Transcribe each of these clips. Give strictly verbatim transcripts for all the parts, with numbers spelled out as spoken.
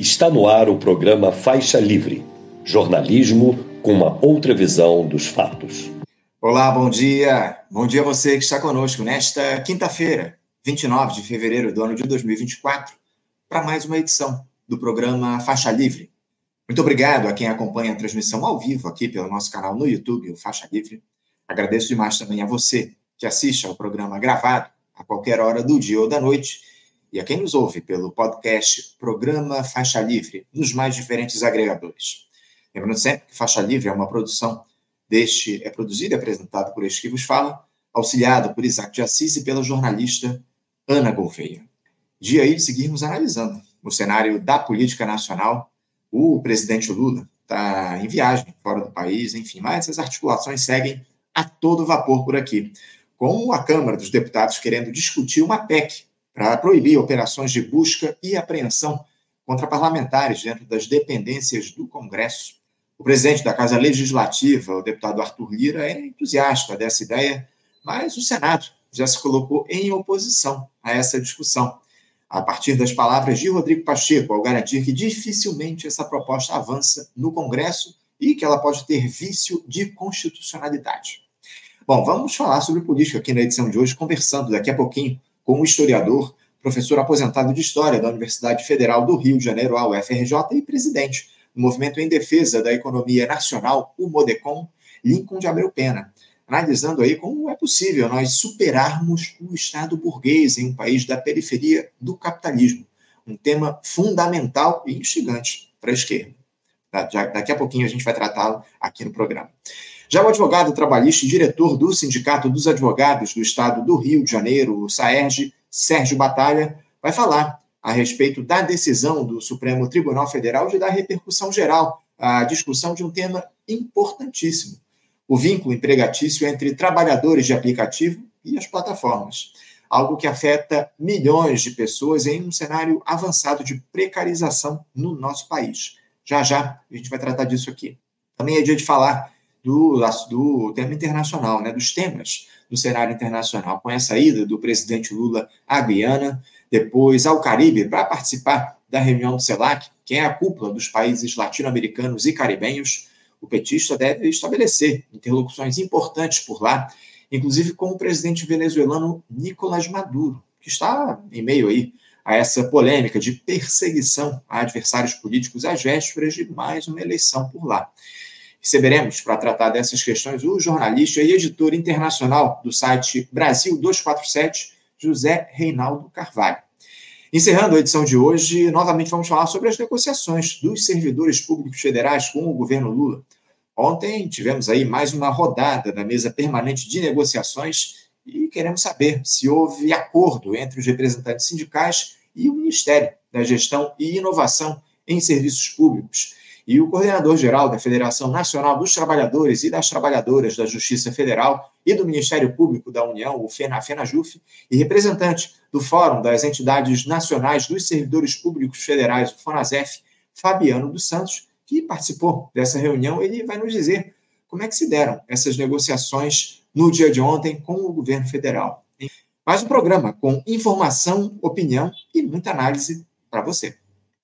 Está no ar o programa Faixa Livre, jornalismo com uma outra visão dos fatos. Olá, bom dia. Bom dia a você que está conosco nesta quinta-feira, vinte e nove de fevereiro do ano de dois mil e vinte e quatro, para mais uma edição do programa Faixa Livre. Muito obrigado a quem acompanha a transmissão ao vivo aqui pelo nosso canal no YouTube, o Faixa Livre. Agradeço demais também a você que assiste ao programa gravado a qualquer hora do dia ou da noite e a quem nos ouve pelo podcast Programa Faixa Livre, nos mais diferentes agregadores. Lembrando sempre que Faixa Livre é uma produção deste, é produzida e apresentada por este que vos fala, auxiliado por Isaac de Assis e pela jornalista Ana Gouveia. Dia aí de seguirmos analisando o cenário da política nacional. O presidente Lula está em viagem fora do país, enfim, mas as articulações seguem a todo vapor por aqui, com a Câmara dos Deputados querendo discutir uma P E C para proibir operações de busca e apreensão contra parlamentares dentro das dependências do Congresso. O presidente da Casa Legislativa, o deputado Arthur Lira, é entusiasta dessa ideia, mas o Senado já se colocou em oposição a essa discussão, a partir das palavras de Rodrigo Pacheco, ao garantir que dificilmente essa proposta avança no Congresso e que ela pode ter vício de constitucionalidade. Bom, vamos falar sobre política aqui na edição de hoje, conversando daqui a pouquinho com o historiador, professor aposentado de História da Universidade Federal do Rio de Janeiro, a U F R J, e presidente do Movimento em Defesa da Economia Nacional, o MODECON, Lincoln de Abreu Pena, analisando aí como é possível nós superarmos o Estado burguês em um país da periferia do capitalismo, um tema fundamental e instigante para a esquerda. Daqui a pouquinho a gente vai tratá-lo aqui no programa. Já o advogado trabalhista e diretor do Sindicato dos Advogados do Estado do Rio de Janeiro, o SAERJ, Sérgio Batalha, vai falar a respeito da decisão do Supremo Tribunal Federal de dar repercussão geral à discussão de um tema importantíssimo, o vínculo empregatício entre trabalhadores de aplicativo e as plataformas, algo que afeta milhões de pessoas em um cenário avançado de precarização no nosso país. Já já a gente vai tratar disso aqui. Também é dia de falar do, do tema internacional, né, dos temas do cenário internacional, com essa ida do presidente Lula à Guiana, depois ao Caribe, para participar da reunião do CELAC, que é a cúpula dos países latino-americanos e caribenhos. O petista deve estabelecer interlocuções importantes por lá, inclusive com o presidente venezuelano Nicolás Maduro, que está em meio aí a essa polêmica de perseguição a adversários políticos às vésperas de mais uma eleição por lá. Receberemos, para tratar dessas questões, o jornalista e editor internacional do site Brasil duzentos e quarenta e sete, José Reinaldo Carvalho. Encerrando a edição de hoje, novamente vamos falar sobre as negociações dos servidores públicos federais com o governo Lula. Ontem tivemos aí mais uma rodada da mesa permanente de negociações e queremos saber se houve acordo entre os representantes sindicais e o Ministério da Gestão e Inovação em Serviços Públicos. E o coordenador-geral da Federação Nacional dos Trabalhadores e das Trabalhadoras da Justiça Federal e do Ministério Público da União, o FENA, FENAJUF, e representante do Fórum das Entidades Nacionais dos Servidores Públicos Federais, o FONASEF, Fabiano dos Santos, que participou dessa reunião, ele vai nos dizer como é que se deram essas negociações no dia de ontem com o governo federal. Mais um programa com informação, opinião e muita análise para você.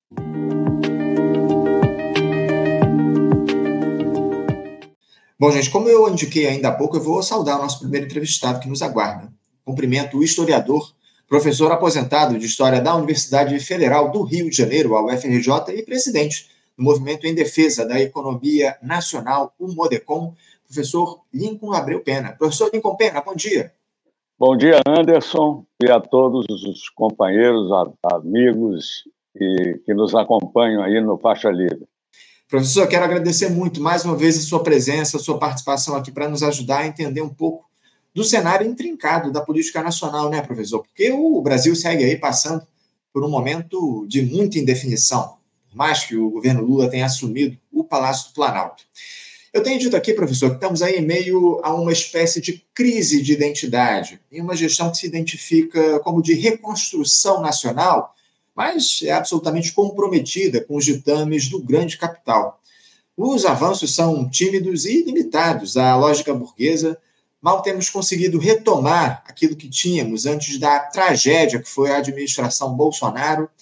Bom, gente, como eu indiquei ainda há pouco, eu vou saudar o nosso primeiro entrevistado que nos aguarda. Cumprimento o historiador, professor aposentado de História da Universidade Federal do Rio de Janeiro, a U F R J, e presidente do Movimento em Defesa da Economia Nacional, o MODECON, professor Lincoln Abreu Pena. Professor Lincoln Pena, bom dia. Bom dia, Anderson, e a todos os companheiros, amigos e, que nos acompanham aí no Faixa Livre. Professor, quero agradecer muito mais uma vez a sua presença, a sua participação aqui para nos ajudar a entender um pouco do cenário intrincado da política nacional, né, professor? Porque o Brasil segue aí passando por um momento de muita indefinição, por mais que o governo Lula tenha assumido o Palácio do Planalto. Eu tenho dito aqui, professor, que estamos aí em meio a uma espécie de crise de identidade, em uma gestão que se identifica como de reconstrução nacional, mas é absolutamente comprometida com os ditames do grande capital. Os avanços são tímidos e limitados à lógica burguesa. Mal temos conseguido retomar aquilo que tínhamos antes da tragédia que foi a administração Bolsonaro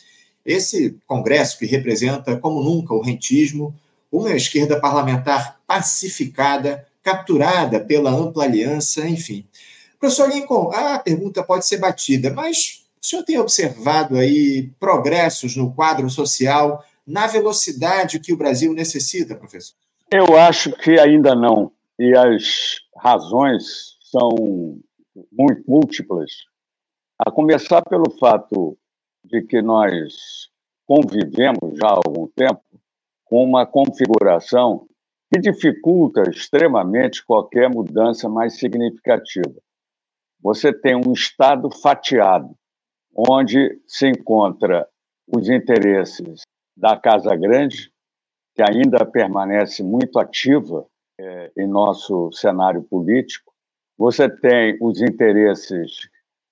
Esse Congresso que representa, como nunca, o rentismo, uma esquerda parlamentar pacificada, capturada pela ampla aliança, enfim. Professor Lincoln, a pergunta pode ser batida, mas o senhor tem observado aí progressos no quadro social na velocidade que o Brasil necessita, professor? Eu acho que ainda não. E as razões são muito múltiplas. A começar pelo fato de que nós convivemos já há algum tempo com uma configuração que dificulta extremamente qualquer mudança mais significativa. Você tem um Estado fatiado, onde se encontra os interesses da Casa Grande, que ainda permanece muito ativa é, em nosso cenário político. Você tem os interesses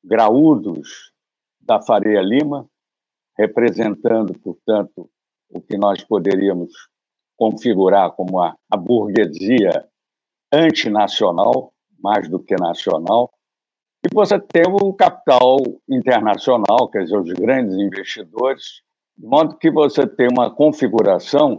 graúdos da Faria Lima, representando, portanto, o que nós poderíamos configurar como a, a burguesia antinacional, mais do que nacional. E você tem o capital internacional, quer dizer, os grandes investidores, de modo que você tem uma configuração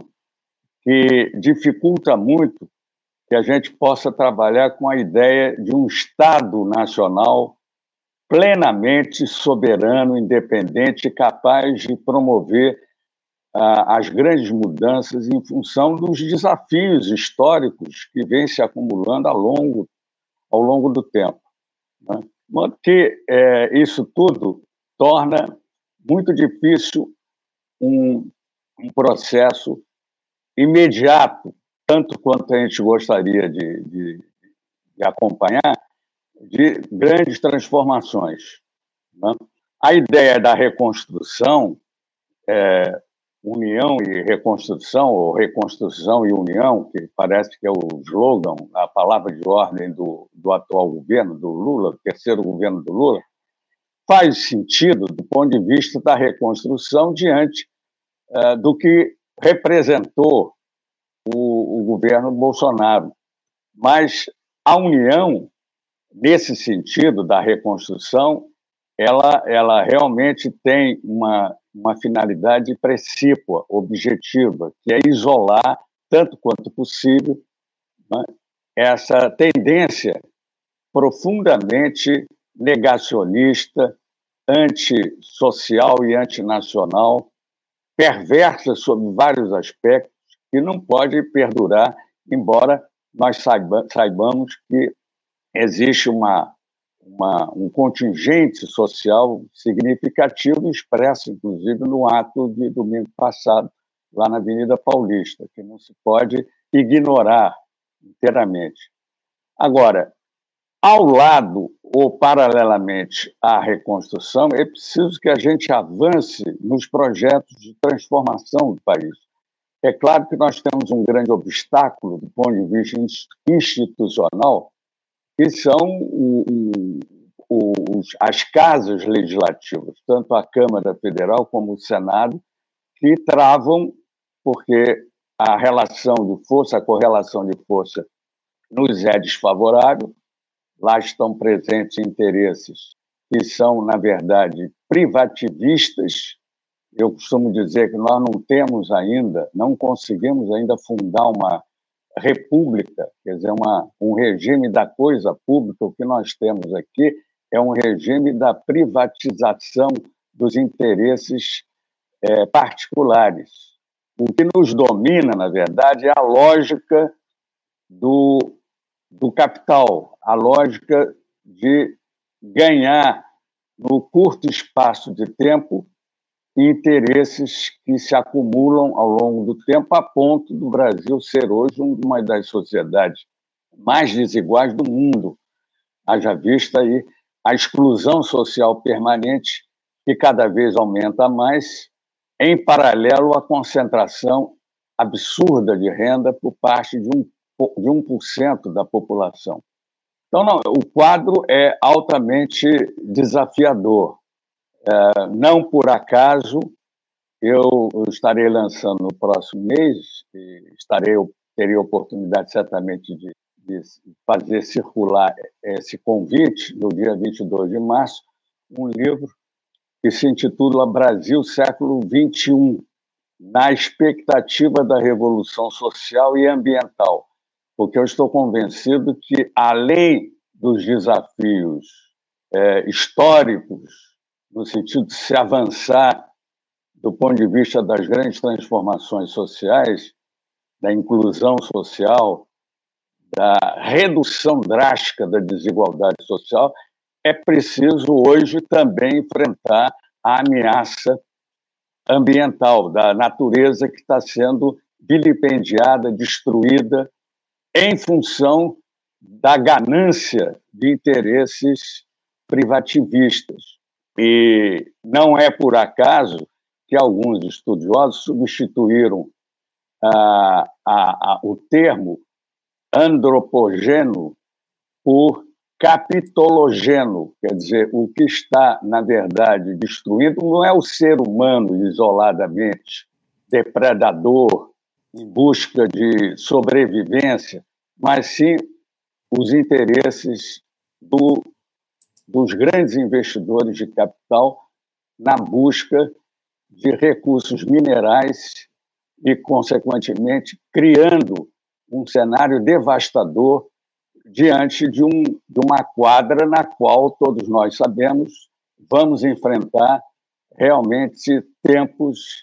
que dificulta muito que a gente possa trabalhar com a ideia de um Estado nacional plenamente soberano, independente, capaz de promover ah, as grandes mudanças em função dos desafios históricos que vêm se acumulando ao longo, ao longo do tempo. Né? De modo que é, isso tudo torna muito difícil um, um processo imediato, tanto quanto a gente gostaria de, de, de acompanhar, de grandes transformações. Né? A ideia da reconstrução, é, união e reconstrução, ou reconstrução e união, que parece que é o slogan, a palavra de ordem do, do atual governo, do Lula, do terceiro governo do Lula, faz sentido do ponto de vista da reconstrução diante é, do que representou o, o governo Bolsonaro. Mas a união, nesse sentido da reconstrução, ela, ela realmente tem uma, uma finalidade precípua, objetiva, que é isolar, tanto quanto possível, né, essa tendência profundamente negacionista, antissocial e antinacional, perversa sob vários aspectos, que não pode perdurar, embora nós saiba, saibamos que existe uma, uma, um contingente social significativo, expresso, inclusive, no ato de domingo passado, lá na Avenida Paulista, que não se pode ignorar inteiramente. Agora, ao lado ou paralelamente à reconstrução, é preciso que a gente avance nos projetos de transformação do país. É claro que nós temos um grande obstáculo do ponto de vista institucional, que são o, o, os, as casas legislativas, tanto a Câmara Federal como o Senado, que travam, porque a relação de força, a correlação de força nos é desfavorável. Lá estão presentes interesses que são, na verdade, privativistas. Eu costumo dizer que nós não temos ainda, não conseguimos ainda fundar uma república, quer dizer, uma, um regime da coisa pública. O que nós temos aqui é um regime da privatização dos interesses é, particulares. O que nos domina, na verdade, é a lógica do, do capital, a lógica de ganhar, no curto espaço de tempo, interesses que se acumulam ao longo do tempo, a ponto do Brasil ser hoje uma das sociedades mais desiguais do mundo. Haja vista aí a exclusão social permanente, que cada vez aumenta mais, em paralelo à concentração absurda de renda por parte de um, de um por cento da população. Então, não, o quadro é altamente desafiador. É, não por acaso, eu, eu estarei lançando no próximo mês, e estarei, eu terei a oportunidade certamente de, de fazer circular esse convite, no dia vinte e dois de março, um livro que se intitula Brasil Século vinte e um, na expectativa da revolução social e ambiental, porque eu estou convencido que, além dos desafios é, históricos, no sentido de se avançar do ponto de vista das grandes transformações sociais, da inclusão social, da redução drástica da desigualdade social, é preciso hoje também enfrentar a ameaça ambiental, da natureza que está sendo vilipendiada, destruída, em função da ganância de interesses privativistas. E não é por acaso que alguns estudiosos substituíram ah, a, a, o termo antropogênio por capitologênio, quer dizer, o que está, na verdade, destruído não é o ser humano isoladamente, depredador, em busca de sobrevivência, mas sim os interesses do, dos grandes investidores de capital na busca de recursos minerais e, consequentemente, criando um cenário devastador diante de, um, de uma quadra na qual, todos nós sabemos, vamos enfrentar realmente tempos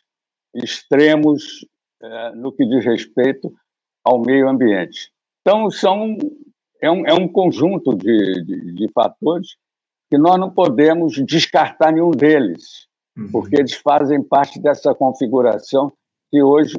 extremos eh, no que diz respeito ao meio ambiente. Então, são, é, um, é um conjunto de, de, de fatores que nós não podemos descartar nenhum deles, uhum. porque eles fazem parte dessa configuração que hoje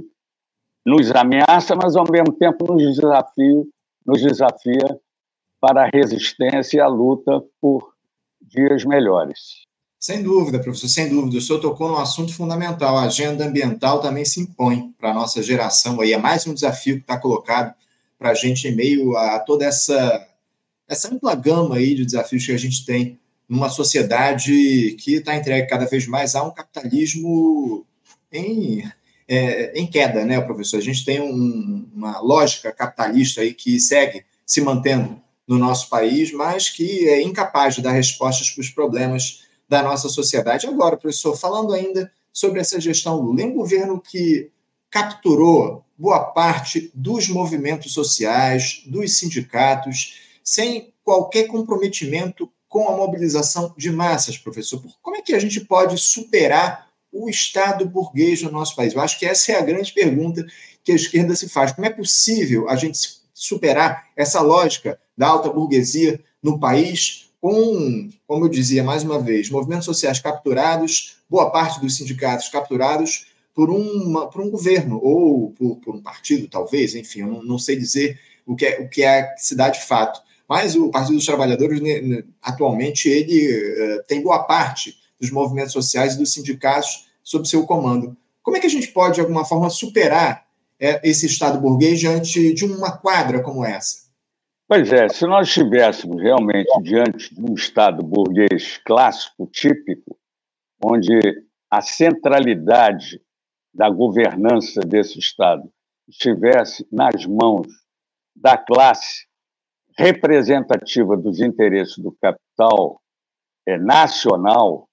nos ameaça, mas, ao mesmo tempo, nos desafia, nos desafia para a resistência e a luta por dias melhores. Sem dúvida, professor, sem dúvida. O senhor tocou num assunto fundamental. A agenda ambiental também se impõe para a nossa geração. Aí é mais um desafio que está colocado para a gente em meio a toda essa, essa ampla gama aí de desafios que a gente tem numa sociedade que está entregue cada vez mais a um capitalismo em... É, em queda, né, professor? A gente tem um, uma lógica capitalista aí que segue se mantendo no nosso país, mas que é incapaz de dar respostas para os problemas da nossa sociedade. Agora, professor, falando ainda sobre essa gestão Lula, é um governo que capturou boa parte dos movimentos sociais, dos sindicatos, sem qualquer comprometimento com a mobilização de massas, professor. Como é que a gente pode superar o Estado burguês no nosso país? Eu acho que essa é a grande pergunta que a esquerda se faz. Como é possível a gente superar essa lógica da alta burguesia no país com, como eu dizia mais uma vez, movimentos sociais capturados, boa parte dos sindicatos capturados por, uma, por um governo ou por, por um partido, talvez, enfim, eu não, não sei dizer o que, é, o que é que se dá de fato. Mas o Partido dos Trabalhadores, atualmente, ele uh, tem boa parte dos movimentos sociais e dos sindicatos sob seu comando. Como é que a gente pode, de alguma forma, superar é, esse Estado burguês diante de uma quadra como essa? Pois é, se nós estivéssemos realmente diante de um Estado burguês clássico, típico, onde a centralidade da governança desse Estado estivesse nas mãos da classe representativa dos interesses do capital é, nacional,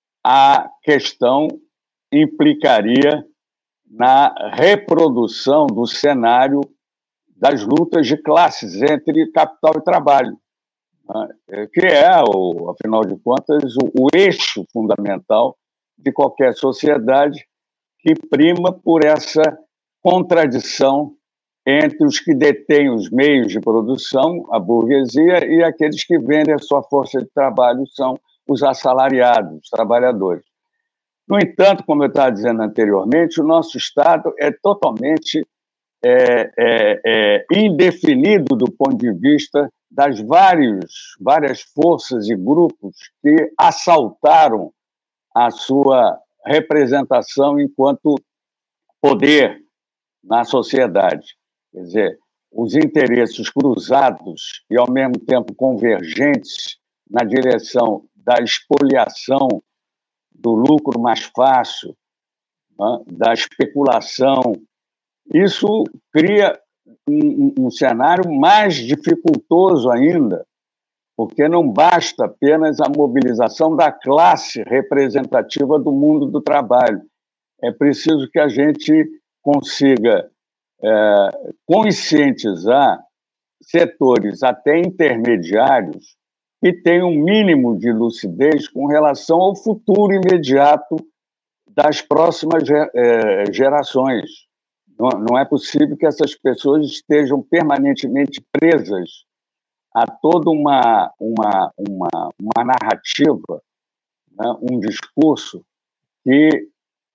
a questão implicaria na reprodução do cenário das lutas de classes entre capital e trabalho, né? Que é, afinal de contas, o, o eixo fundamental de qualquer sociedade, que prima por essa contradição entre os que detêm os meios de produção, a burguesia, e aqueles que vendem a sua força de trabalho, são os assalariados, os trabalhadores. No entanto, como eu estava dizendo anteriormente, o nosso Estado é totalmente é, é, é, indefinido do ponto de vista das vários, várias forças e grupos que assaltaram a sua representação enquanto poder na sociedade. Quer dizer, os interesses cruzados e, ao mesmo tempo, convergentes na direção da espoliação, do lucro mais fácil, né, da especulação. Isso cria um, um cenário mais dificultoso ainda porque não basta apenas a mobilização da classe representativa do mundo do trabalho. É preciso que a gente consiga é, conscientizar setores até intermediários que tenham um mínimo de lucidez com relação ao futuro imediato das próximas gerações. Não é possível que essas pessoas estejam permanentemente presas a toda uma, uma, uma, uma narrativa, né, um discurso que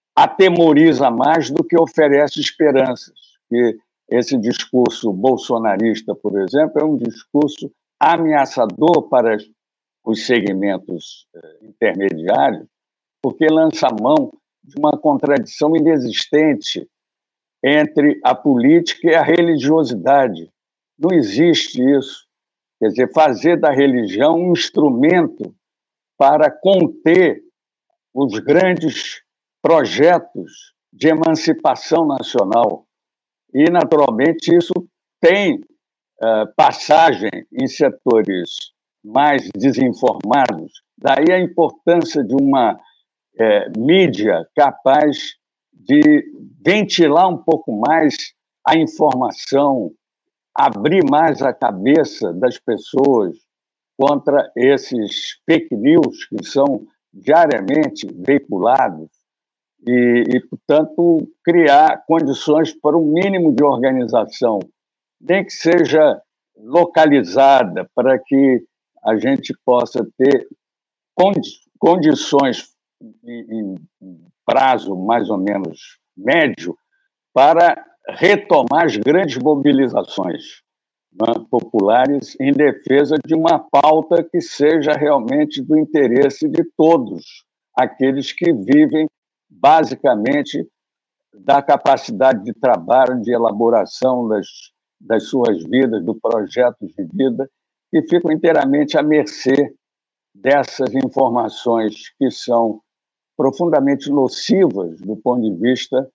atemoriza mais do que oferece esperanças. Que esse discurso bolsonarista, por exemplo, é um discurso ameaçador para os segmentos intermediários, porque lança mão de uma contradição inexistente entre a política e a religiosidade. Não existe isso. Quer dizer, fazer da religião um instrumento para conter os grandes projetos de emancipação nacional. E, naturalmente, isso tem uh, passagem em setores mais desinformados. Daí a importância de uma é, mídia capaz de ventilar um pouco mais a informação, abrir mais a cabeça das pessoas contra esses fake news que são diariamente veiculados e, e, portanto, criar condições para um mínimo de organização, nem que seja localizada, para que a gente possa ter condi condições em, em prazo mais ou menos médio para retomar as grandes mobilizações, né, populares em defesa de uma pauta que seja realmente do interesse de todos, aqueles que vivem basicamente da capacidade de trabalho, de elaboração das, das suas vidas, do projeto de vida, que ficam inteiramente à mercê dessas informações que são profundamente nocivas do ponto de vista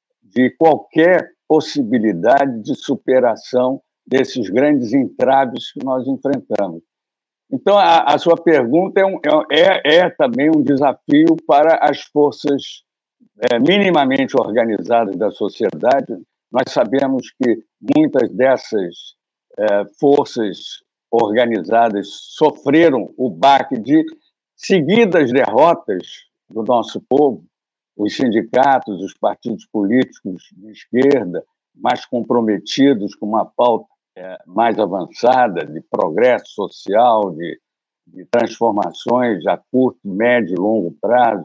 de qualquer possibilidade de superação desses grandes entraves que nós enfrentamos. Então, a, a sua pergunta é, um, é, é também um desafio para as forças é, minimamente organizadas da sociedade. Nós sabemos que muitas dessas é, forças organizadas sofreram o baque de seguidas derrotas do nosso povo, os sindicatos, os partidos políticos de esquerda, mais comprometidos com uma pauta é, mais avançada de progresso social, de, de transformações a curto, médio e longo prazo.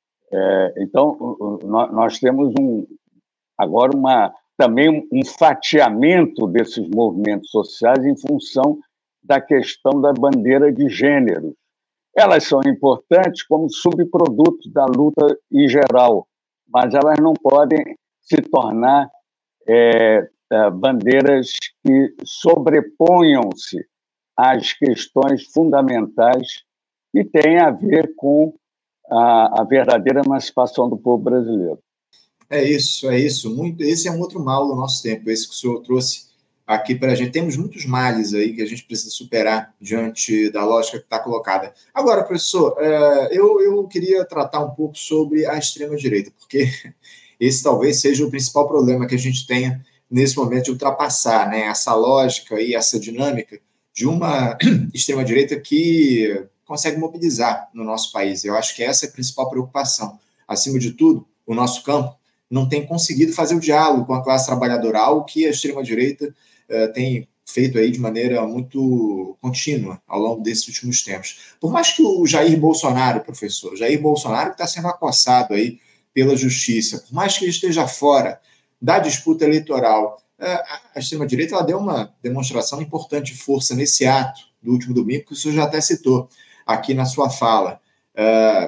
É, então, nós temos um, agora uma, também um fatiamento desses movimentos sociais em função da questão da bandeira de gênero. Elas são importantes como subproduto da luta em geral, mas elas não podem se tornar é, é, bandeiras que sobreponham-se às questões fundamentais que têm a ver com a, a verdadeira emancipação do povo brasileiro. É isso, é isso. Muito, esse é um outro mal do nosso tempo, esse que o senhor trouxe aqui para a gente. Temos muitos males aí que a gente precisa superar diante da lógica que está colocada. Agora, professor, eu, eu queria tratar um pouco sobre a extrema-direita, porque esse talvez seja o principal problema que a gente tenha nesse momento de ultrapassar, né, essa lógica e essa dinâmica de uma extrema-direita que consegue mobilizar no nosso país. Eu acho que essa é a principal preocupação. Acima de tudo, o nosso campo não tem conseguido fazer o diálogo com a classe trabalhadora, algo que a extrema-direita uh, tem feito aí de maneira muito contínua ao longo desses últimos tempos. Por mais que o Jair Bolsonaro, professor, Jair Bolsonaro está sendo acossado aí pela justiça, por mais que ele esteja fora da disputa eleitoral, uh, a extrema-direita ela deu uma demonstração importante de força nesse ato do último domingo, que o senhor já até citou aqui na sua fala. Uh,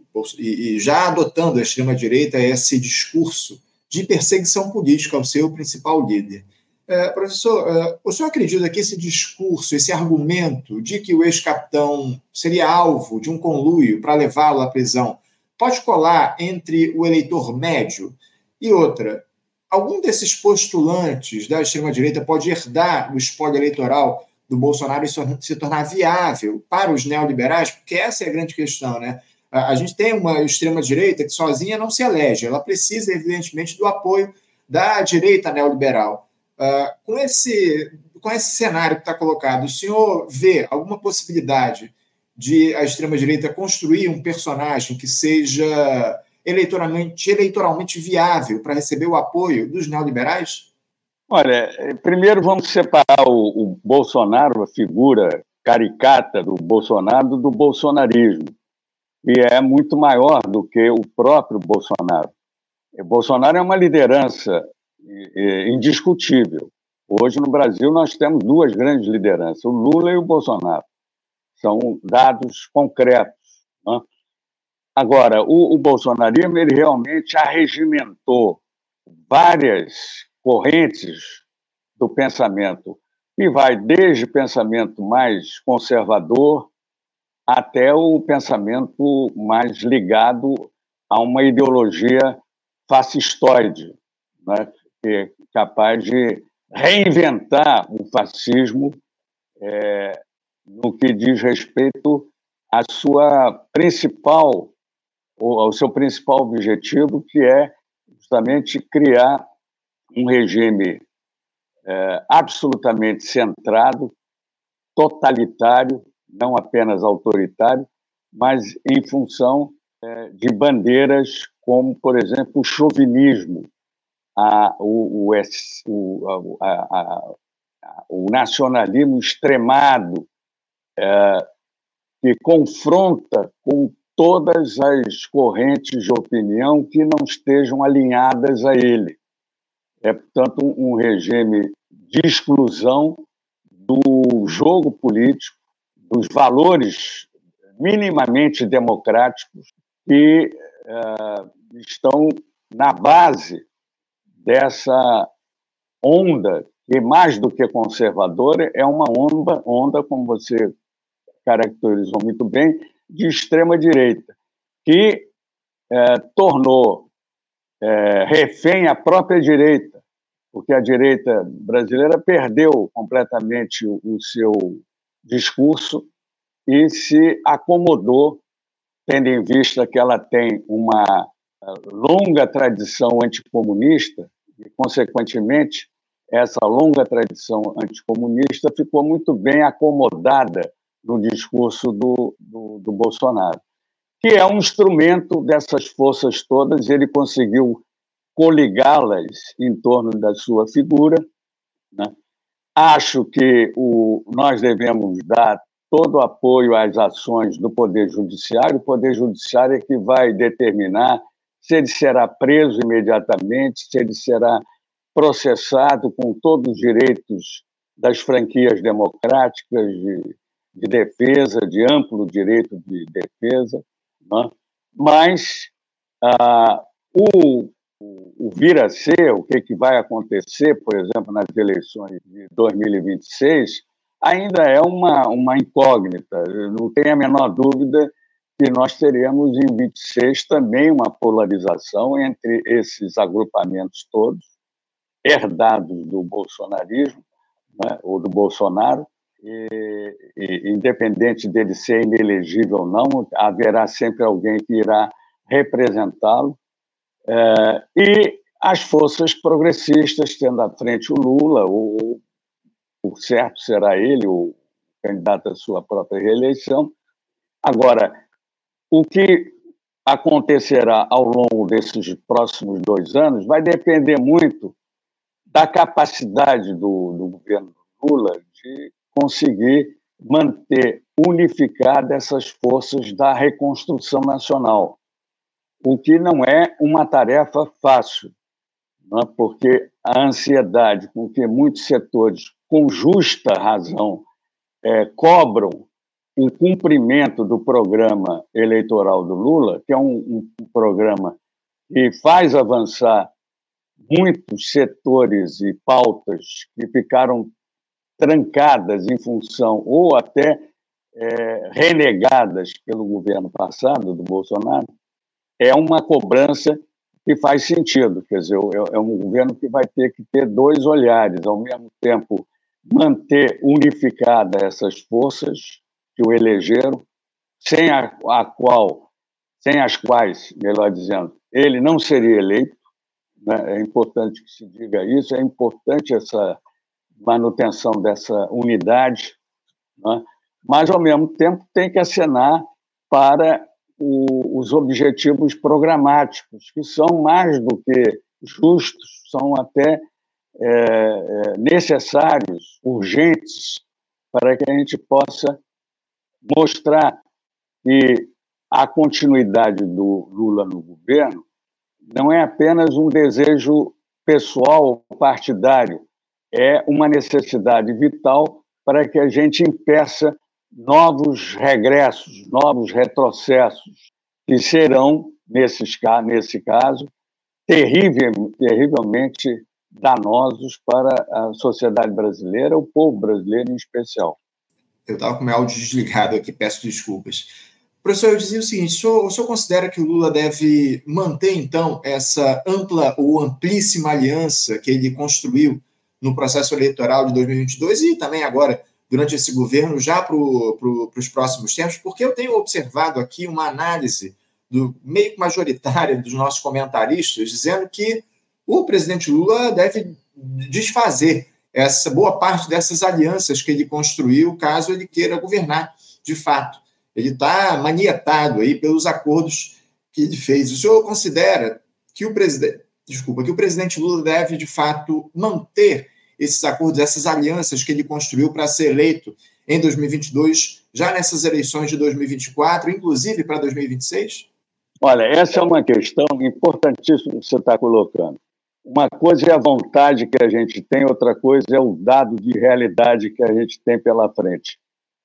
e já adotando a extrema-direita esse discurso de perseguição política ao seu principal líder. É, professor, é, o senhor acredita que esse discurso, esse argumento de que o ex-capitão seria alvo de um conluio para levá-lo à prisão, pode colar entre o eleitor médio? E outra, algum desses postulantes da extrema-direita pode herdar o espólio eleitoral do Bolsonaro se tornar viável para os neoliberais, porque essa é a grande questão, né? A gente tem uma extrema-direita que sozinha não se elege, ela precisa, evidentemente, do apoio da direita neoliberal. Uh, com, esse, com esse cenário que está colocado, o senhor vê alguma possibilidade de a extrema-direita construir um personagem que seja eleitoralmente, eleitoralmente viável para receber o apoio dos neoliberais? Olha, primeiro vamos separar o, o Bolsonaro, a figura caricata do Bolsonaro, do bolsonarismo, que é muito maior do que o próprio Bolsonaro. O Bolsonaro é uma liderança indiscutível. Hoje, no Brasil, nós temos duas grandes lideranças, o Lula e o Bolsonaro. São dados concretos, né? Agora, o, o bolsonarismo ele realmente arregimentou várias correntes do pensamento, e vai desde o pensamento mais conservador até o pensamento mais ligado a uma ideologia fascistoide, né, que é capaz de reinventar o fascismo é, no que diz respeito à sua principal, ao seu principal objetivo, que é justamente criar um regime é, absolutamente centrado, totalitário, não apenas autoritário, mas em função é, de bandeiras como, por exemplo, o chauvinismo, a, o, o, a, a, a, o nacionalismo extremado, é, que confronta com todas as correntes de opinião que não estejam alinhadas a ele. É, portanto, um, um regime de exclusão do jogo político, dos valores minimamente democráticos que uh, estão na base dessa onda, que mais do que conservadora, é uma onda, onda, como você caracterizou muito bem, de extrema-direita, que uh, tornou uh, refém a própria direita, porque a direita brasileira perdeu completamente o, o seu discurso e se acomodou, tendo em vista que ela tem uma longa tradição anticomunista e, consequentemente, essa longa tradição anticomunista ficou muito bem acomodada no discurso do, do, do Bolsonaro, que é um instrumento dessas forças todas. Ele conseguiu coligá-las em torno da sua figura, né? Acho que o, nós devemos dar todo o apoio às ações do Poder Judiciário. O Poder Judiciário é que vai determinar se ele será preso imediatamente, se ele será processado com todos os direitos das franquias democráticas de, de defesa, de amplo direito de defesa, né? Mas ah, o o vir a ser, o que, que vai acontecer, por exemplo, nas eleições de dois mil e vinte e seis, ainda é uma, uma incógnita. Não tenho a menor dúvida que nós teremos em vinte e seis também uma polarização entre esses agrupamentos todos, herdados do bolsonarismo, né, ou do Bolsonaro, e, e, independente dele ser inelegível ou não, haverá sempre alguém que irá representá-lo. É, e as forças progressistas, tendo à frente o Lula, o, o certo será ele, o candidato à sua própria reeleição. Agora, o que acontecerá ao longo desses próximos dois anos vai depender muito da capacidade do, do governo Lula de conseguir manter unificadas essas forças da reconstrução nacional, o que não é uma tarefa fácil, né? Porque a ansiedade com que muitos setores, com justa razão, é, cobram o cumprimento do programa eleitoral do Lula, que é um, um, um programa que faz avançar muitos setores e pautas que ficaram trancadas em função ou até é, renegadas pelo governo passado, do Bolsonaro. É uma cobrança que faz sentido, quer dizer, é um governo que vai ter que ter dois olhares, ao mesmo tempo manter unificada essas forças que o elegeram, sem a, a qual, sem as quais, melhor dizendo, ele não seria eleito, né? É importante que se diga isso, é importante essa manutenção dessa unidade, né? Mas, ao mesmo tempo, tem que acenar para o, os objetivos programáticos, que são mais do que justos, são até é, é, necessários, urgentes, para que a gente possa mostrar que a continuidade do Lula no governo não é apenas um desejo pessoal ou partidário, é uma necessidade vital para que a gente impeça novos regressos, novos retrocessos, que serão, nesses, nesse caso, terrível, terrivelmente danosos para a sociedade brasileira, o povo brasileiro em especial. Eu estava com meu áudio desligado aqui, peço desculpas. Professor, eu dizia o seguinte, o senhor, o senhor considera que o Lula deve manter, então, essa ampla ou amplíssima aliança que ele construiu no processo eleitoral de dois mil e vinte e dois e também agora, durante esse governo, já para pro, os próximos tempos? Porque eu tenho observado aqui uma análise do, meio que majoritária dos nossos comentaristas, dizendo que o presidente Lula deve desfazer essa boa parte dessas alianças que ele construiu, caso ele queira governar de fato. Ele está manietado aí pelos acordos que ele fez. O senhor considera que o presidente, desculpa, que o presidente Lula deve, de fato, manter esses acordos, essas alianças que ele construiu para ser eleito em dois mil e vinte e dois, já nessas eleições de dois mil e vinte e quatro, inclusive para dois mil e vinte e seis? Olha, essa é uma questão importantíssima que você está colocando. Uma coisa é a vontade que a gente tem, outra coisa é o dado de realidade que a gente tem pela frente.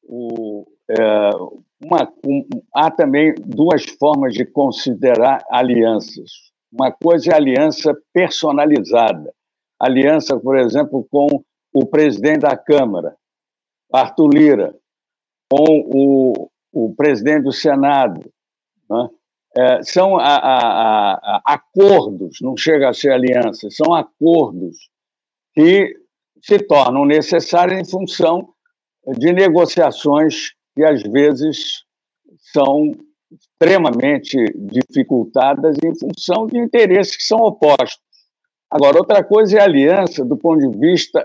O, é, uma, um, há também duas formas de considerar alianças. Uma coisa é a aliança personalizada. Aliança, por exemplo, com o presidente da Câmara, Arthur Lira, com o, o presidente do Senado, né? É, são a, a, a, acordos, não chega a ser aliança, são acordos que se tornam necessários em função de negociações que, às vezes, são extremamente dificultadas em função de interesses que são opostos. Agora, outra coisa é a aliança do ponto de vista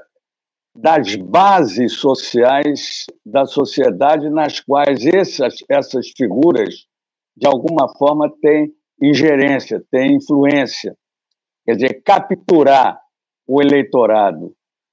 das bases sociais da sociedade nas quais essas, essas figuras de alguma forma, tem ingerência, tem influência. Quer dizer, capturar o eleitorado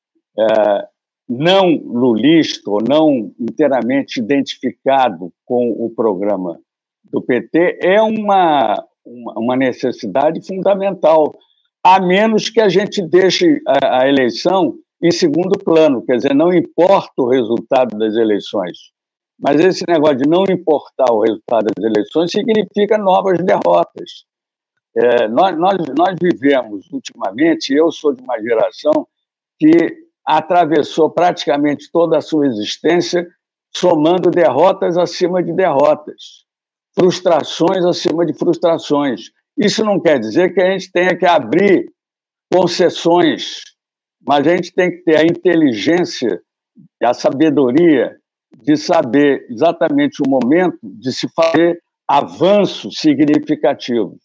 é, não lulista ou não inteiramente identificado com o programa do P T é uma, uma necessidade fundamental, a menos que a gente deixe a, a eleição em segundo plano, quer dizer, não importa o resultado das eleições. Mas esse negócio de não importar o resultado das eleições significa novas derrotas. É, nós, nós, nós vivemos, ultimamente, eu sou de uma geração que atravessou praticamente toda a sua existência somando derrotas acima de derrotas, frustrações acima de frustrações. Isso não quer dizer que a gente tenha que abrir concessões, mas a gente tem que ter a inteligência, a sabedoria de saber exatamente o momento de se fazer avanços significativos.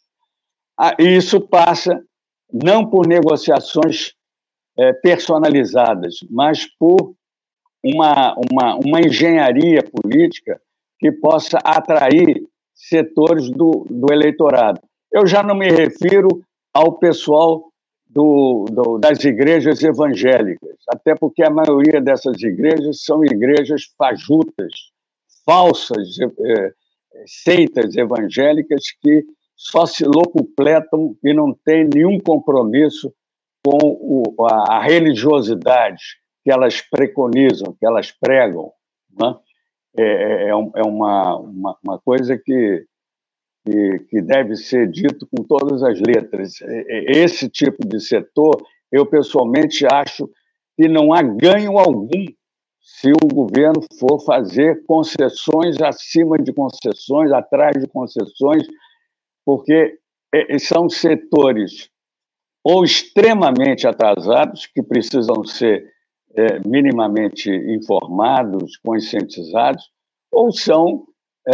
E isso passa não por negociações personalizadas, mas por uma, uma, uma engenharia política que possa atrair setores do, do eleitorado. Eu já não me refiro ao pessoal do, do, das igrejas evangélicas, até porque a maioria dessas igrejas são igrejas fajutas, falsas é, seitas evangélicas que só se locupletam e não têm nenhum compromisso com o, a, a religiosidade que elas preconizam, que elas pregam, né? É, é, é uma, uma, uma coisa que, que, que deve ser dito com todas as letras. Esse tipo de setor, eu pessoalmente acho que não há ganho algum se o governo for fazer concessões acima de concessões, atrás de concessões, porque são setores ou extremamente atrasados, que precisam ser é, minimamente informados, conscientizados, ou são é,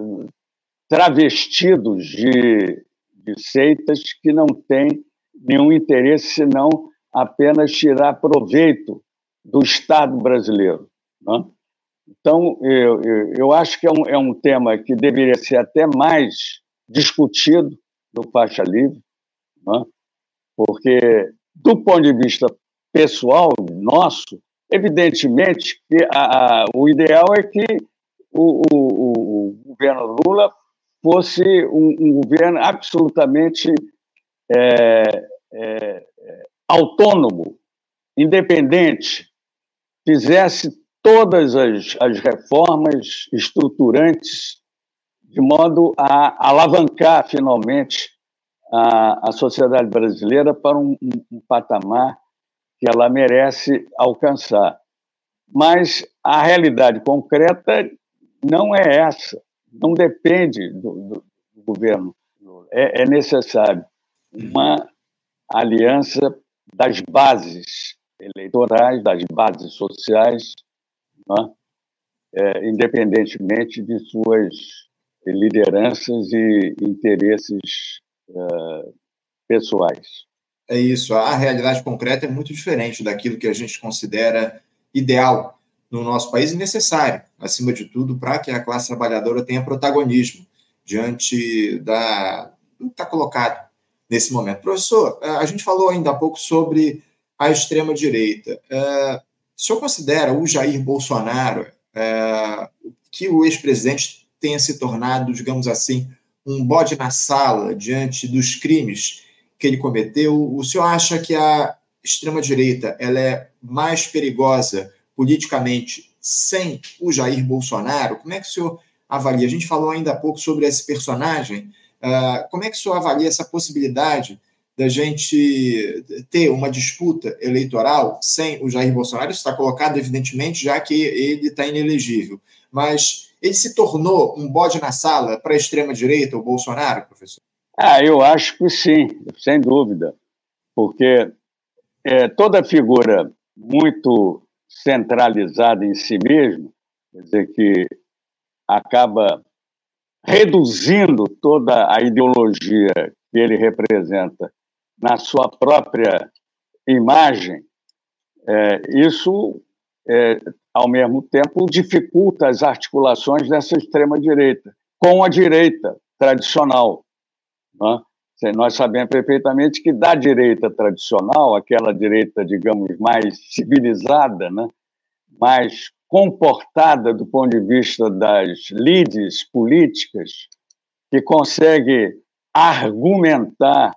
travestidos de, de seitas que não têm nenhum interesse senão apenas tirar proveito do Estado brasileiro, né? Então, eu, eu, eu acho que é um, é um tema que deveria ser até mais discutido no Faixa Livre, né? Porque, do ponto de vista pessoal nosso, evidentemente que a, a, o ideal é que o, o, o governo Lula fosse um, um governo absolutamente é, é, autônomo, independente, fizesse todas as, as reformas estruturantes de modo a alavancar, finalmente, a, a sociedade brasileira para um, um, um patamar que ela merece alcançar. Mas a realidade concreta não é essa, não depende do, do, do governo. É, é necessário uma aliança das bases eleitorais, das bases sociais, né? É, independentemente de suas lideranças e interesses uh, pessoais. É isso, a realidade concreta é muito diferente daquilo que a gente considera ideal no nosso país e necessário, acima de tudo, para que a classe trabalhadora tenha protagonismo diante da, do que está colocado nesse momento. Professor, a gente falou ainda há pouco sobre a extrema-direita. O senhor considera o Jair Bolsonaro, que o ex-presidente tenha se tornado, digamos assim, um bode na sala diante dos crimes que ele cometeu? O senhor acha que a extrema-direita ela é mais perigosa politicamente sem o Jair Bolsonaro? Como é que o senhor avalia? A gente falou ainda há pouco sobre esse personagem. Uh, como é que o senhor avalia essa possibilidade da gente ter uma disputa eleitoral sem o Jair Bolsonaro? Isso está colocado, evidentemente, já que ele está inelegível. Mas ele se tornou um bode na sala para a extrema-direita, o Bolsonaro, professor? Ah, eu acho que sim, sem dúvida, porque é, toda figura muito centralizada em si mesmo, quer dizer, que acaba reduzindo toda a ideologia que ele representa na sua própria imagem, é, isso, é, ao mesmo tempo, dificulta as articulações dessa extrema-direita com a direita tradicional, né? Nós sabemos perfeitamente que da direita tradicional, aquela direita, digamos, mais civilizada, né? Mais comportada do ponto de vista das lides políticas, que consegue argumentar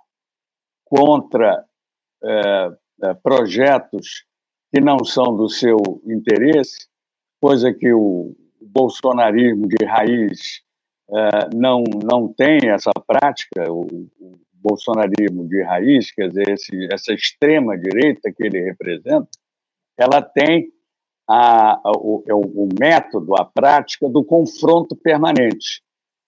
contra é, é, projetos que não são do seu interesse, coisa que o bolsonarismo de raiz é, não, não tem essa prática, o, o bolsonarismo de raiz, quer dizer, esse, essa extrema-direita que ele representa, ela tem A, o, o método, a prática do confronto permanente,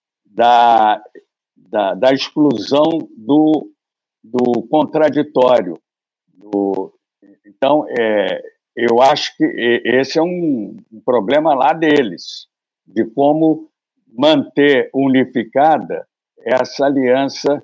da, da, da exclusão do, do contraditório. Do, então, é, eu acho que esse é um, um problema lá deles, de como manter unificada essa aliança,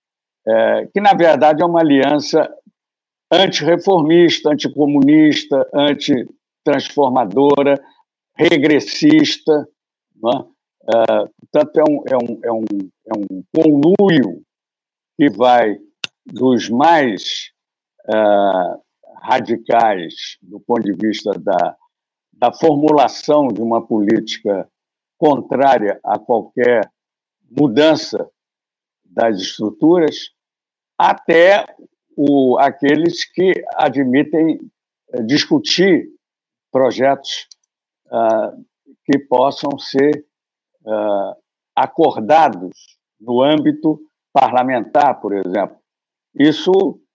é, que, na verdade, é uma aliança antirreformista, anticomunista, anti transformadora, regressista, né? uh, portanto, é um, é, um, é, um, é um conluio que vai dos mais uh, radicais do ponto de vista da, da formulação de uma política contrária a qualquer mudança das estruturas, até o, aqueles que admitem uh, discutir projetos uh, que possam ser uh, acordados no âmbito parlamentar, por exemplo. Isso,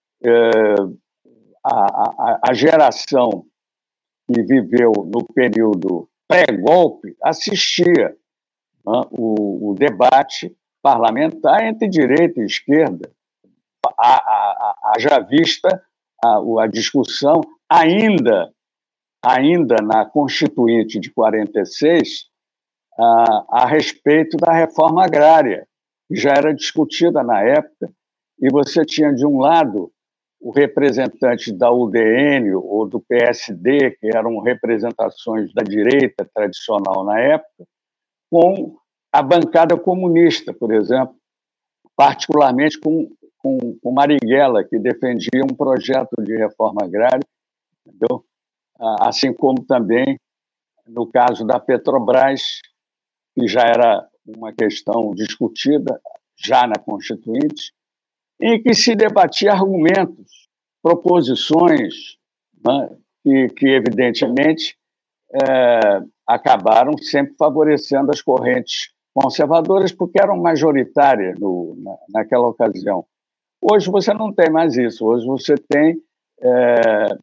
uh, a, a, a geração que viveu no período pré-golpe assistia, né, o, o debate parlamentar entre direita e esquerda, haja vista a, a discussão ainda ainda na Constituinte de quarenta e seis, a, a respeito da reforma agrária, que já era discutida na época, e você tinha, de um lado, o representante da U D N ou do P S D, que eram representações da direita tradicional na época, com a bancada comunista, por exemplo, particularmente com, com, com Marighella, que defendia um projeto de reforma agrária, entendeu? Assim como também no caso da Petrobras, que já era uma questão discutida já na Constituinte, em que se debatia argumentos, proposições, né, que, que, evidentemente, é, acabaram sempre favorecendo as correntes conservadoras, porque eram majoritárias no, na, naquela ocasião. Hoje você não tem mais isso, hoje você tem é,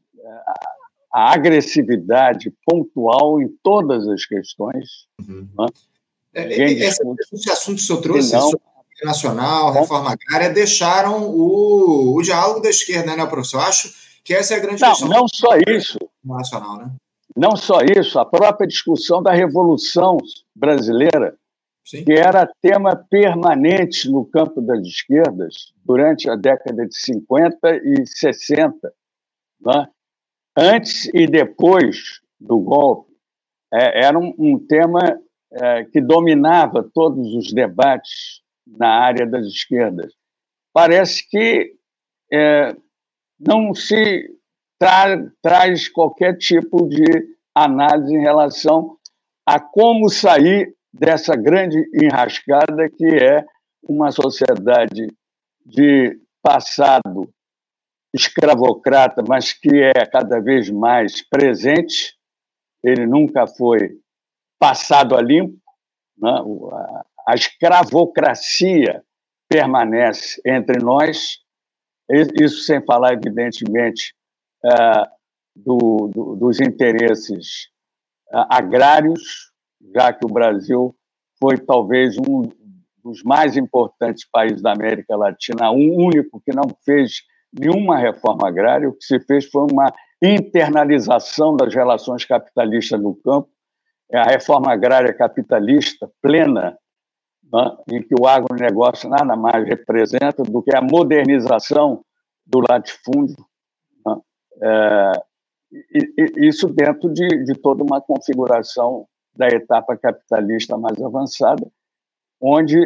a agressividade pontual em todas as questões. Uhum. Né? É, esse, esse assunto que o senhor trouxe, não, sobre internacional, reforma agrária, deixaram o, o diálogo da esquerda, né, professor? Acho que essa é a grande não, questão. Não só isso. Nacional, né? Não só isso, a própria discussão da Revolução Brasileira, Sim. que era tema permanente no campo das esquerdas durante a década de cinquenta e sessenta, né? Antes e depois do golpe, é, era um, um tema é, que dominava todos os debates na área das esquerdas. Parece que é, não se tra traz qualquer tipo de análise em relação a como sair dessa grande enrascada que é uma sociedade de passado escravocrata, mas que é cada vez mais presente. Ele nunca foi passado a limpo, né? A escravocracia permanece entre nós, isso sem falar, evidentemente, do, do, dos interesses agrários, já que o Brasil foi talvez um dos mais importantes países da América Latina, o único que não fez nenhuma reforma agrária. O que se fez foi uma internalização das relações capitalistas no campo, a reforma agrária capitalista plena, né, em que o agronegócio nada mais representa do que a modernização do latifúndio, né, é, e, e, isso dentro de, de toda uma configuração da etapa capitalista mais avançada, onde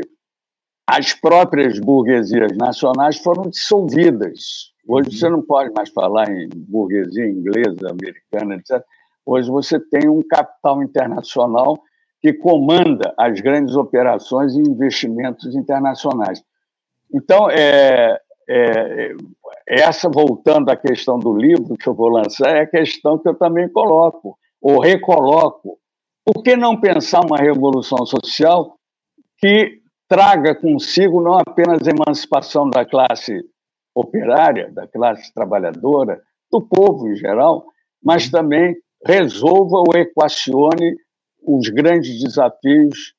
as próprias burguesias nacionais foram dissolvidas. Hoje uhum. você não pode mais falar em burguesia inglesa, americana, etcétera. Hoje você tem um capital internacional que comanda as grandes operações e investimentos internacionais. Então, é, é, essa, voltando à questão do livro que eu vou lançar, é a questão que eu também coloco, ou recoloco. Por que não pensar uma revolução social que traga consigo não apenas a emancipação da classe operária, da classe trabalhadora, do povo em geral, mas também resolva ou equacione os grandes desafios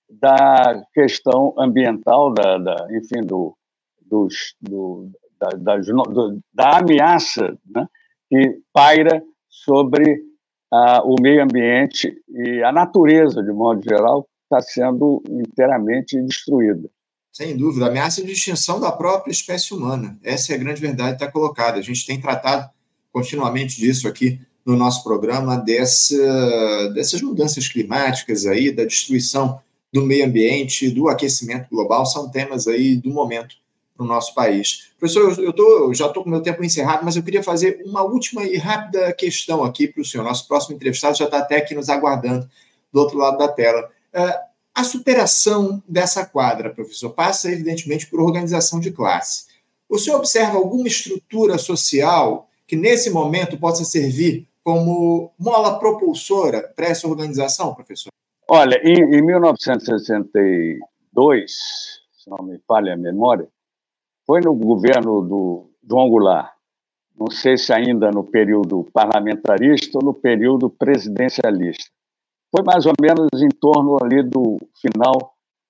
da questão ambiental, da, da, enfim, do, dos, do, da, da, do, da ameaça, né, que paira sobre ah, o meio ambiente e a natureza, de modo geral, está sendo inteiramente destruída. Sem dúvida, ameaça de extinção da própria espécie humana. Essa é a grande verdade que está colocada. A gente tem tratado continuamente disso aqui no nosso programa, dessa, dessas mudanças climáticas aí, da destruição do meio ambiente, do aquecimento global, são temas aí do momento no nosso país. Professor, eu, tô, eu já estou com o meu tempo encerrado, mas eu queria fazer uma última e rápida questão aqui para o senhor. Nosso próximo entrevistado já está até aqui nos aguardando do outro lado da tela. Uh, a superação dessa quadra, professor, passa evidentemente por organização de classe. O senhor observa alguma estrutura social que nesse momento possa servir como mola propulsora para essa organização, professor? Olha, em, em mil novecentos e sessenta e dois, se não me falha a memória, foi no governo do João Goulart, não sei se ainda no período parlamentarista ou no período presidencialista. Foi mais ou menos em torno ali do final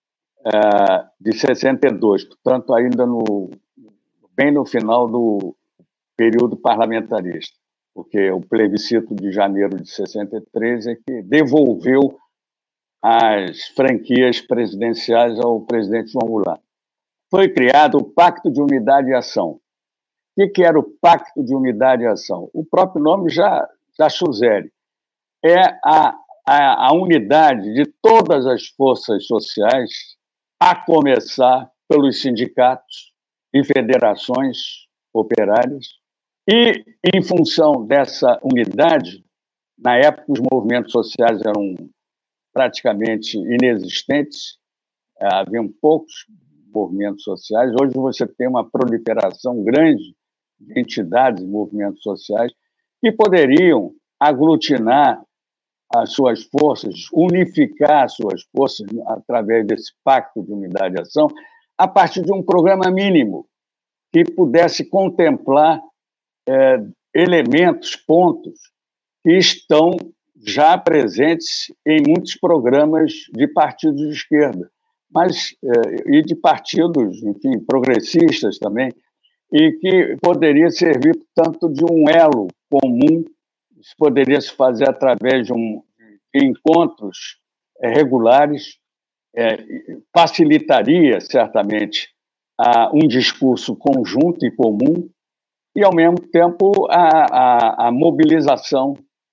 é, de sessenta e dois, portanto, ainda no, bem no final do período parlamentarista. porque o plebiscito de janeiro de sessenta e três é que devolveu as franquias presidenciais ao presidente João Goulart. Foi criado o Pacto de Unidade e Ação. O que era o Pacto de Unidade e Ação? O próprio nome já, já sugere. É a, a, a unidade de todas as forças sociais, a começar pelos sindicatos e federações operárias. E, em função dessa unidade, na época os movimentos sociais eram praticamente inexistentes, haviam poucos movimentos sociais. Hoje você tem uma proliferação grande de entidades e movimentos sociais que poderiam aglutinar as suas forças, unificar as suas forças através desse pacto de unidade e ação, a partir de um programa mínimo que pudesse contemplar é, elementos, pontos que estão já presentes em muitos programas de partidos de esquerda, mas e de partidos, enfim, progressistas também, e que poderia servir, portanto, de um elo comum. Isso poderia se fazer através de, um, de encontros é, regulares, é, facilitaria, certamente, a, um discurso conjunto e comum, e, ao mesmo tempo, a, a, a mobilização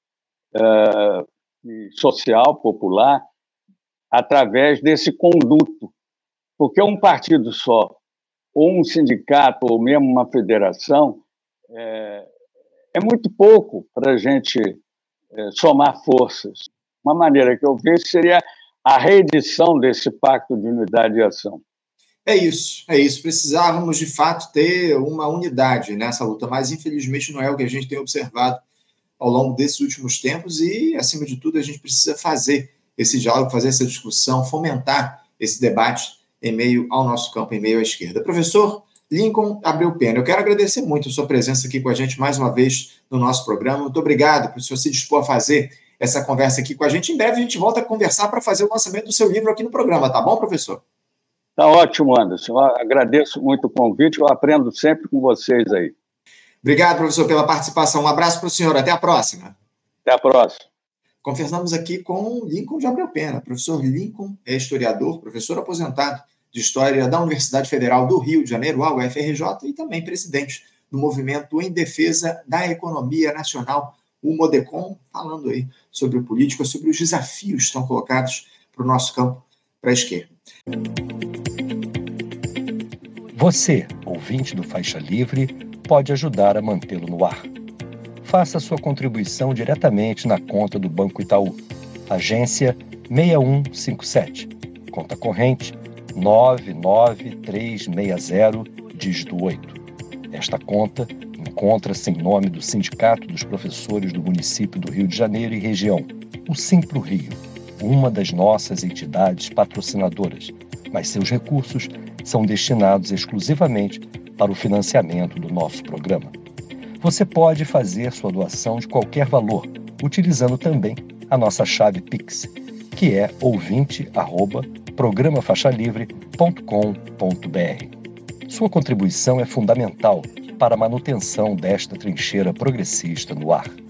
é, social, popular, através desse conduto. Porque um partido só, ou um sindicato, ou mesmo uma federação, é, é muito pouco para a gente é, somar forças. Uma maneira que eu vejo seria a reedição desse Pacto de Unidade e Ação. É isso, é isso. Precisávamos, de fato, ter uma unidade nessa luta, mas, infelizmente, não é o que a gente tem observado ao longo desses últimos tempos e, acima de tudo, a gente precisa fazer esse diálogo, fazer essa discussão, fomentar esse debate em meio ao nosso campo, em meio à esquerda. Professor Lincoln Abreu Pena, eu quero agradecer muito a sua presença aqui com a gente mais uma vez no nosso programa. Muito obrigado por o senhor se dispor a fazer essa conversa aqui com a gente. Em breve a gente volta a conversar para fazer o lançamento do seu livro aqui no programa, tá bom, professor? Tá ótimo, Anderson. Eu agradeço muito o convite, eu aprendo sempre com vocês aí. Obrigado, professor, pela participação. Um abraço para o senhor, até a próxima. Até a próxima. Conversamos aqui com Lincoln de Abreu Pena. Professor Lincoln é historiador, professor aposentado de História da Universidade Federal do Rio de Janeiro, a U F R J, e também presidente do Movimento em Defesa da Economia Nacional, o MODECON, falando aí sobre o político, sobre os desafios que estão colocados para o nosso campo, para a esquerda. Você, ouvinte do Faixa Livre, pode ajudar a mantê-lo no ar. Faça sua contribuição diretamente na conta do Banco Itaú, agência seis um cinco sete, conta corrente nove nove três seis zero, dígito oito. Esta conta encontra-se em nome do Sindicato dos Professores do Município do Rio de Janeiro e região, o Simpro Rio, uma das nossas entidades patrocinadoras, mas seus recursos são destinados exclusivamente para o financiamento do nosso programa. Você pode fazer sua doação de qualquer valor, utilizando também a nossa chave Pix, que é ouvinte arroba programa faixa livre ponto com ponto br. Sua contribuição é fundamental para a manutenção desta trincheira progressista no ar.